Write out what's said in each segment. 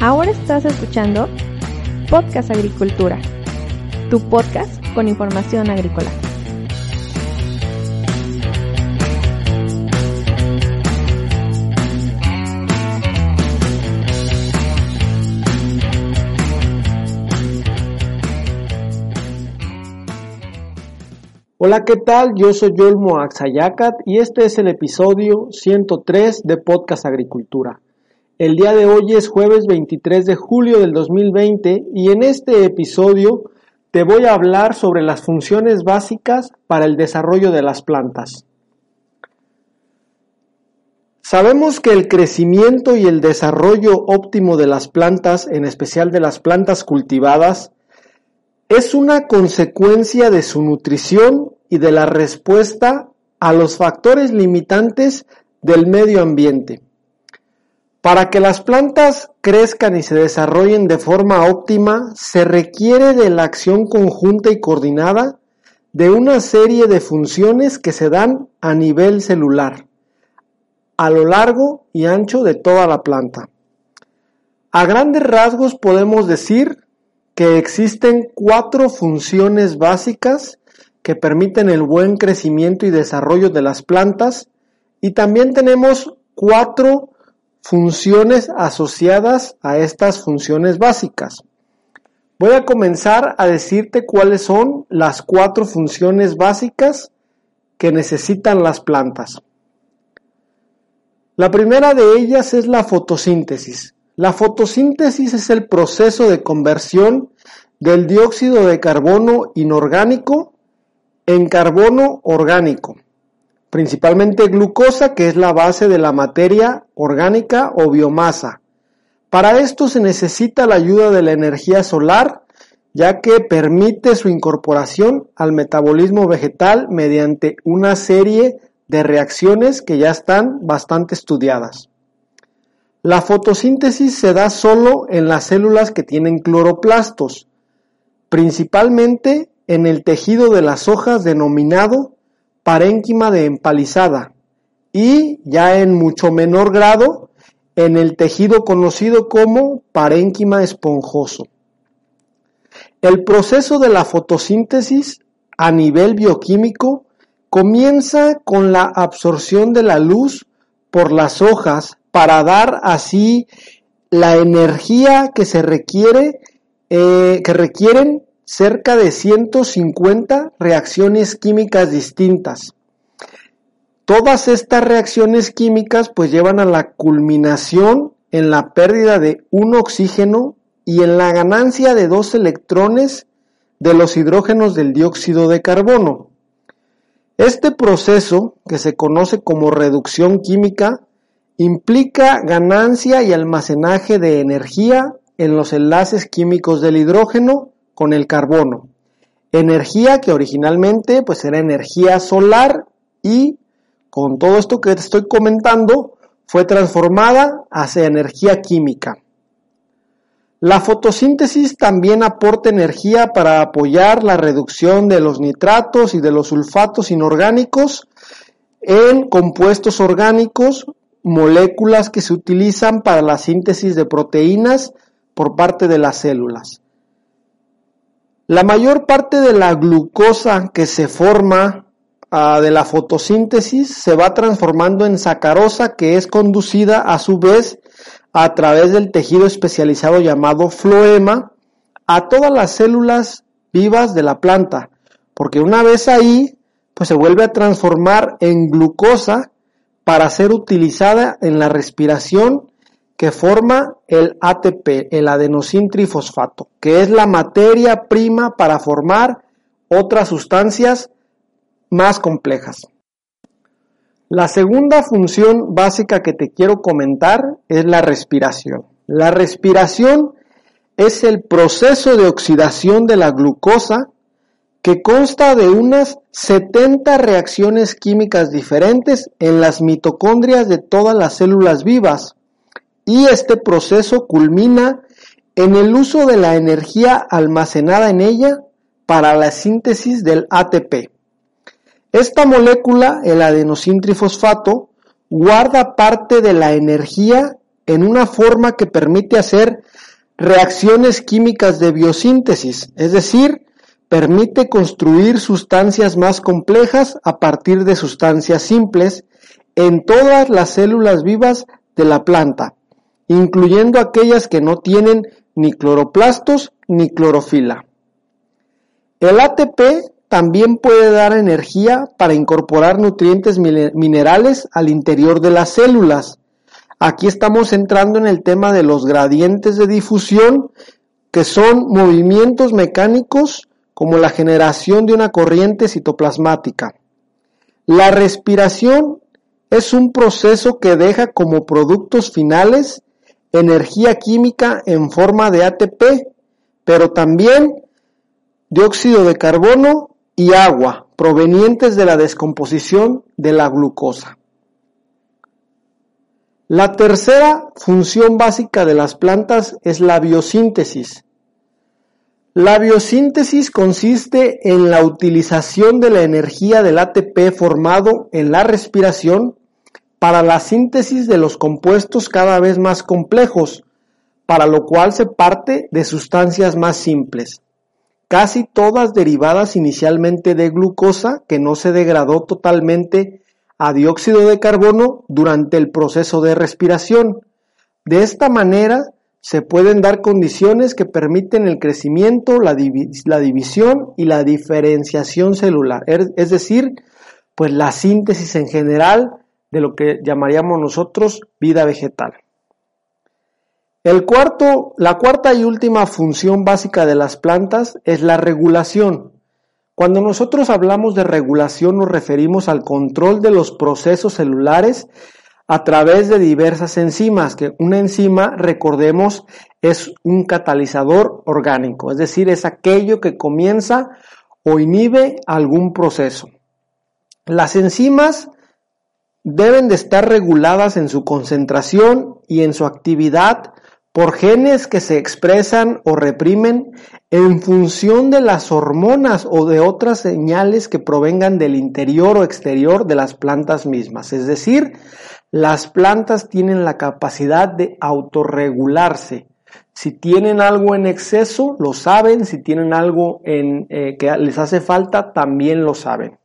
Ahora estás escuchando Podcast Agricultura, tu podcast con información agrícola. Hola, ¿qué tal? Yo soy Yolmo Axayacat y este es el episodio 103 de Podcast Agricultura. El día de hoy es jueves 23 de julio del 2020 y en este episodio te voy a hablar sobre las funciones básicas para el desarrollo de las plantas. Sabemos que el crecimiento y el desarrollo óptimo de las plantas, en especial de las plantas cultivadas, es una consecuencia de su nutrición y de la respuesta a los factores limitantes del medio ambiente. Para que las plantas crezcan y se desarrollen de forma óptima, se requiere de la acción conjunta y coordinada de una serie de funciones que se dan a nivel celular, a lo largo y ancho de toda la planta. A grandes rasgos podemos decir que existen 4 funciones básicas que permiten el buen crecimiento y desarrollo de las plantas, y también tenemos 4 funciones asociadas a estas funciones básicas. Voy a comenzar a decirte cuáles son las 4 funciones básicas que necesitan las plantas. La primera de ellas es la fotosíntesis. La fotosíntesis es el proceso de conversión del dióxido de carbono inorgánico en carbono orgánico, principalmente glucosa, que es la base de la materia orgánica o biomasa. Para esto se necesita la ayuda de la energía solar, ya que permite su incorporación al metabolismo vegetal mediante una serie de reacciones que ya están bastante estudiadas. La fotosíntesis se da solo en las células que tienen cloroplastos, principalmente en el tejido de las hojas denominado parénquima de empalizada y ya en mucho menor grado en el tejido conocido como parénquima esponjoso. El proceso de la fotosíntesis a nivel bioquímico comienza con la absorción de la luz por las hojas para dar así la energía que se requiere, que requieren cerca de 150 reacciones químicas distintas. Todas estas reacciones químicas pues llevan a la culminación en la pérdida de un oxígeno y en la ganancia de 2 electrones de los hidrógenos del dióxido de carbono. Este proceso, que se conoce como reducción química, implica ganancia y almacenaje de energía en los enlaces químicos del hidrógeno con el carbono, energía que originalmente pues era energía solar y con todo esto que te estoy comentando fue transformada hacia energía química. La fotosíntesis también aporta energía para apoyar la reducción de los nitratos y de los sulfatos inorgánicos en compuestos orgánicos, moléculas que se utilizan para la síntesis de proteínas por parte de las células. La mayor parte de la glucosa que se forma de la fotosíntesis se va transformando en sacarosa, que es conducida a su vez a través del tejido especializado llamado floema a todas las células vivas de la planta, porque una vez ahí pues se vuelve a transformar en glucosa para ser utilizada en la respiración, que forma el ATP, el adenosín trifosfato, que es la materia prima para formar otras sustancias más complejas. La segunda función básica que te quiero comentar es la respiración. La respiración es el proceso de oxidación de la glucosa que consta de unas 70 reacciones químicas diferentes en las mitocondrias de todas las células vivas. Y este proceso culmina en el uso de la energía almacenada en ella para la síntesis del ATP. Esta molécula, el adenosín trifosfato, guarda parte de la energía en una forma que permite hacer reacciones químicas de biosíntesis, es decir, permite construir sustancias más complejas a partir de sustancias simples en todas las células vivas de la planta, incluyendo aquellas que no tienen ni cloroplastos ni clorofila. El ATP también puede dar energía para incorporar nutrientes minerales al interior de las células. Aquí estamos entrando en el tema de los gradientes de difusión, que son movimientos mecánicos como la generación de una corriente citoplasmática. La respiración es un proceso que deja como productos finales energía química en forma de ATP, pero también dióxido de carbono y agua provenientes de la descomposición de la glucosa. La tercera función básica de las plantas es la biosíntesis. La biosíntesis consiste en la utilización de la energía del ATP formado en la respiración para la síntesis de los compuestos cada vez más complejos, para lo cual se parte de sustancias más simples, casi todas derivadas inicialmente de glucosa que no se degradó totalmente a dióxido de carbono durante el proceso de respiración. De esta manera se pueden dar condiciones que permiten el crecimiento, la división y la diferenciación celular, es decir, pues la síntesis en general de lo que llamaríamos nosotros vida vegetal. La cuarta y última función básica de las plantas es la regulación. Cuando nosotros hablamos de regulación nos referimos al control de los procesos celulares a través de diversas enzimas, que una enzima, recordemos, es un catalizador orgánico, es decir, es aquello que comienza o inhibe algún proceso. Las enzimas deben de estar reguladas en su concentración y en su actividad por genes que se expresan o reprimen en función de las hormonas o de otras señales que provengan del interior o exterior de las plantas mismas. Es decir, las plantas tienen la capacidad de autorregularse. Si tienen algo en exceso, lo saben. Si tienen algo que les hace falta, también lo saben.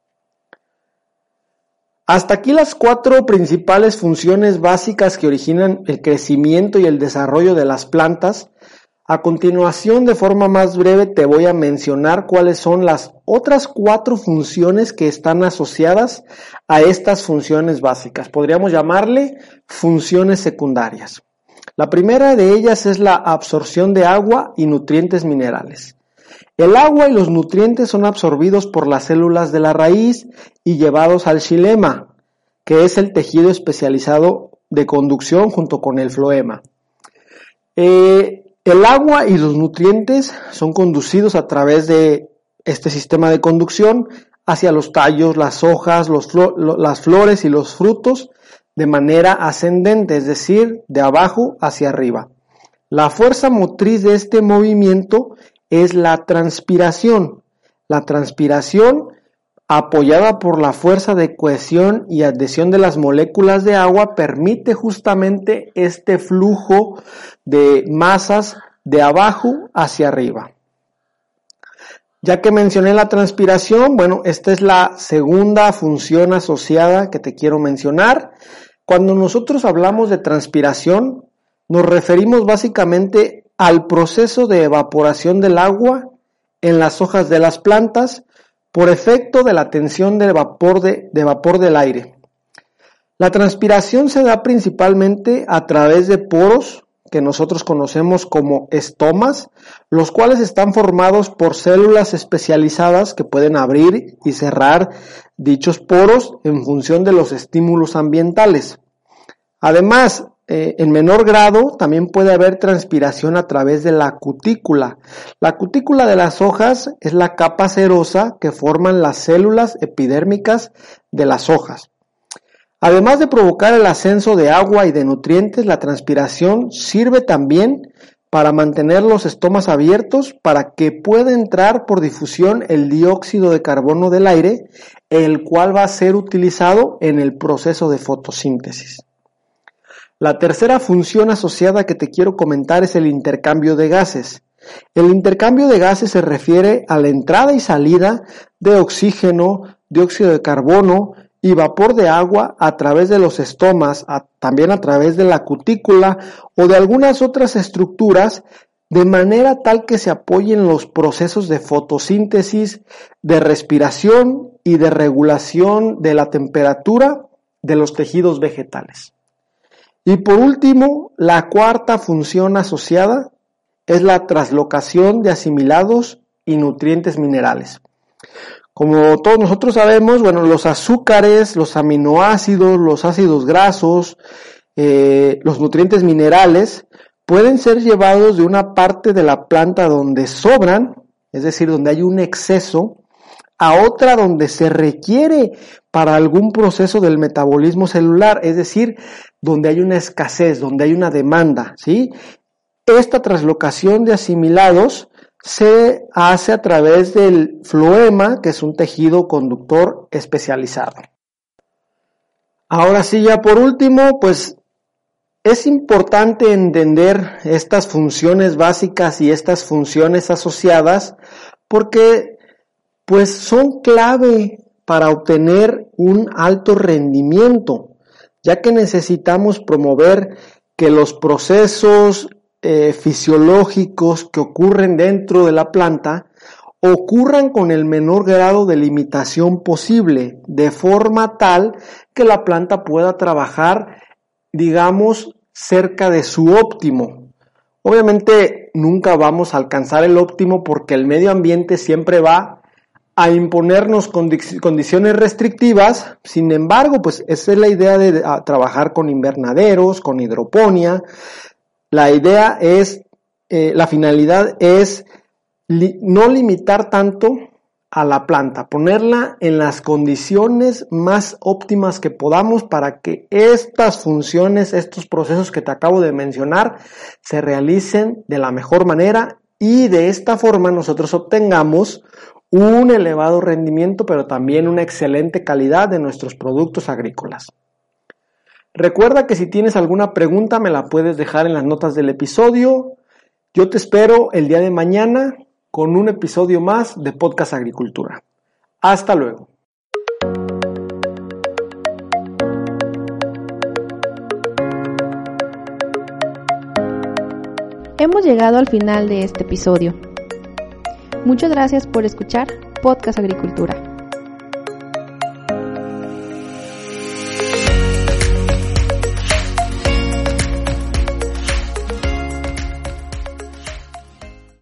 Hasta aquí las 4 principales funciones básicas que originan el crecimiento y el desarrollo de las plantas. A continuación, de forma más breve, te voy a mencionar cuáles son las otras 4 funciones que están asociadas a estas funciones básicas. Podríamos llamarle funciones secundarias. La primera de ellas es la absorción de agua y nutrientes minerales. El agua y los nutrientes son absorbidos por las células de la raíz y llevados al xilema, que es el tejido especializado de conducción junto con el floema. El agua y los nutrientes son conducidos a través de este sistema de conducción hacia los tallos, las hojas, las flores y los frutos de manera ascendente, es decir, de abajo hacia arriba. La fuerza motriz de este movimiento es la transpiración. La transpiración, apoyada por la fuerza de cohesión y adhesión de las moléculas de agua, permite justamente este flujo de masas de abajo hacia arriba. Ya que mencioné la transpiración, bueno, esta es la segunda función asociada que te quiero mencionar. Cuando nosotros hablamos de transpiración, nos referimos básicamente al proceso de evaporación del agua en las hojas de las plantas por efecto de la tensión de vapor del aire. La transpiración se da principalmente a través de poros que nosotros conocemos como estomas, los cuales están formados por células especializadas que pueden abrir y cerrar dichos poros en función de los estímulos ambientales. Además, en menor grado también puede haber transpiración a través de la cutícula. La cutícula de las hojas es la capa cerosa que forman las células epidérmicas de las hojas. Además de provocar el ascenso de agua y de nutrientes, la transpiración sirve también para mantener los estomas abiertos para que pueda entrar por difusión el dióxido de carbono del aire, el cual va a ser utilizado en el proceso de fotosíntesis. La tercera función asociada que te quiero comentar es el intercambio de gases. El intercambio de gases se refiere a la entrada y salida de oxígeno, dióxido de carbono y vapor de agua a través de los estomas, también a través de la cutícula o de algunas otras estructuras, de manera tal que se apoyen los procesos de fotosíntesis, de respiración y de regulación de la temperatura de los tejidos vegetales. Y por último, la cuarta función asociada es la translocación de asimilados y nutrientes minerales. Como todos nosotros sabemos, los azúcares, los aminoácidos, los ácidos grasos, los nutrientes minerales pueden ser llevados de una parte de la planta donde sobran, es decir, donde hay un exceso, a otra donde se requiere para algún proceso del metabolismo celular, es decir, donde hay una escasez, donde hay una demanda, ¿sí? Esta translocación de asimilados se hace a través del floema, que es un tejido conductor especializado. Ahora sí, ya por último, es importante entender estas funciones básicas y estas funciones asociadas porque son clave para obtener un alto rendimiento, ya que necesitamos promover que los procesos fisiológicos que ocurren dentro de la planta ocurran con el menor grado de limitación posible, de forma tal que la planta pueda trabajar, cerca de su óptimo. Obviamente nunca vamos a alcanzar el óptimo porque el medio ambiente siempre va a imponernos condiciones restrictivas. Sin embargo, esa es la idea de trabajar con invernaderos, con hidroponía. La idea es, la finalidad es no limitar tanto a la planta, ponerla en las condiciones más óptimas que podamos para que estas funciones, estos procesos que te acabo de mencionar, se realicen de la mejor manera y de esta forma nosotros obtengamos un elevado rendimiento, pero también una excelente calidad de nuestros productos agrícolas. Recuerda que si tienes alguna pregunta me la puedes dejar en las notas del episodio. Yo te espero el día de mañana con un episodio más de Podcast Agricultura. Hasta luego. Hemos llegado al final de este episodio. Muchas gracias por escuchar Podcast Agricultura.